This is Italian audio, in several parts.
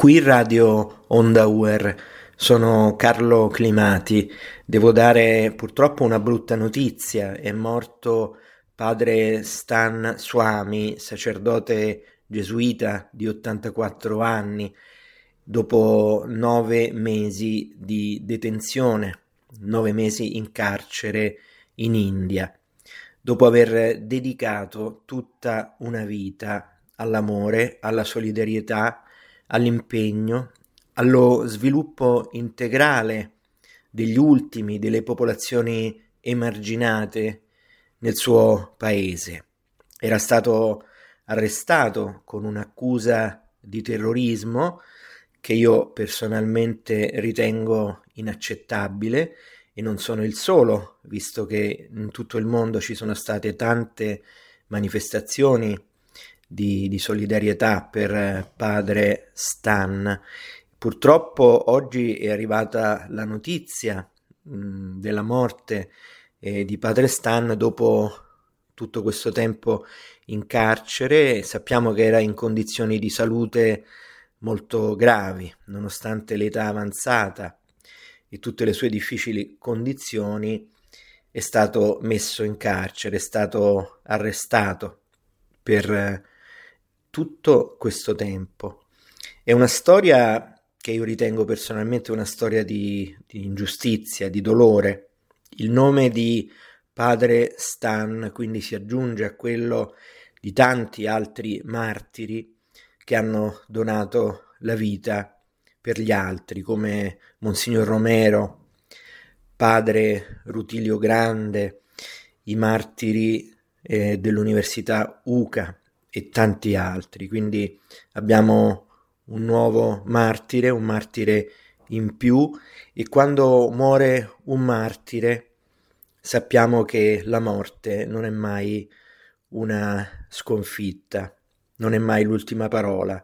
Qui Radio Onda UR, sono Carlo Climati. Devo dare purtroppo una brutta notizia: è morto padre Stan Swami, sacerdote gesuita di 84 anni, dopo 9 mesi di detenzione, 9 mesi in carcere in India, dopo aver dedicato tutta una vita all'amore, alla solidarietà, all'impegno, allo sviluppo integrale degli ultimi, delle popolazioni emarginate nel suo paese. Era stato arrestato con un'accusa di terrorismo che io personalmente ritengo inaccettabile, e non sono il solo, visto che in tutto il mondo ci sono state tante manifestazioni di solidarietà per padre Stan. Purtroppo oggi è arrivata la notizia della morte di padre Stan dopo tutto questo tempo in carcere. Sappiamo che era in condizioni di salute molto gravi, nonostante l'età avanzata e tutte le sue difficili condizioni. È stato messo in carcere, è stato arrestato per tutto questo tempo. È una storia che io ritengo personalmente una storia di ingiustizia, di dolore. Il nome di padre Stan quindi si aggiunge a quello di tanti altri martiri che hanno donato la vita per gli altri, come Monsignor Romero, padre Rutilio Grande, i martiri dell'Università UCA e tanti altri. Quindi abbiamo un nuovo martire, un martire in più, e quando muore un martire sappiamo che la morte non è mai una sconfitta, non è mai l'ultima parola,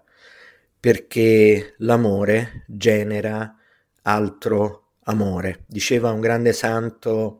perché l'amore genera altro amore. Diceva un grande santo,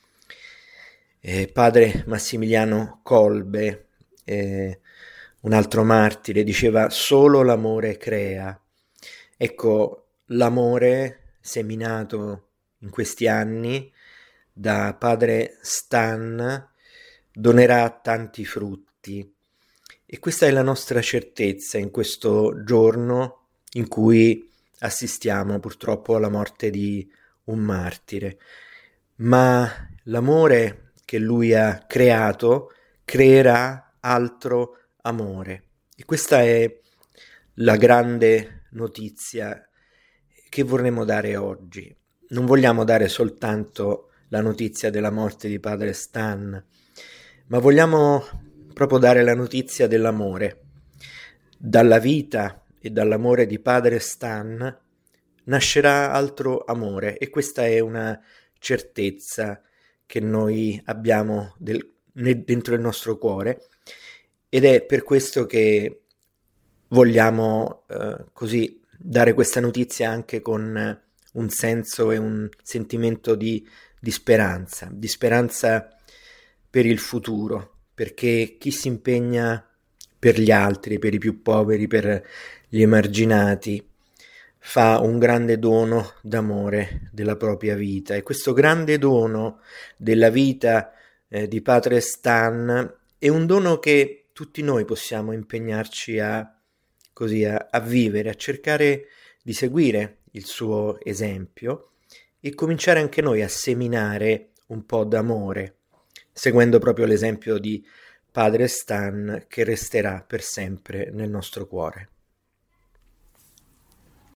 padre Massimiliano Kolbe, un altro martire, diceva: solo l'amore crea. Ecco, l'amore seminato in questi anni da padre Stan donerà tanti frutti, e questa è la nostra certezza in questo giorno in cui assistiamo purtroppo alla morte di un martire. Ma l'amore che lui ha creato creerà altro amore, e questa è la grande notizia che vorremmo dare oggi. Non vogliamo dare soltanto la notizia della morte di padre Stan, ma vogliamo proprio dare la notizia dell'amore. Dalla vita e dall'amore di padre Stan nascerà altro amore, e questa è una certezza che noi abbiamo dentro il nostro cuore, ed è per questo che vogliamo così dare questa notizia anche con un senso e un sentimento di speranza per il futuro, perché chi si impegna per gli altri, per i più poveri, per gli emarginati, fa un grande dono d'amore della propria vita, e questo grande dono della vita di padre Stan è un dono che tutti noi possiamo impegnarci a vivere, a cercare di seguire il suo esempio e cominciare anche noi a seminare un po' d'amore, seguendo proprio l'esempio di padre Stan, che resterà per sempre nel nostro cuore.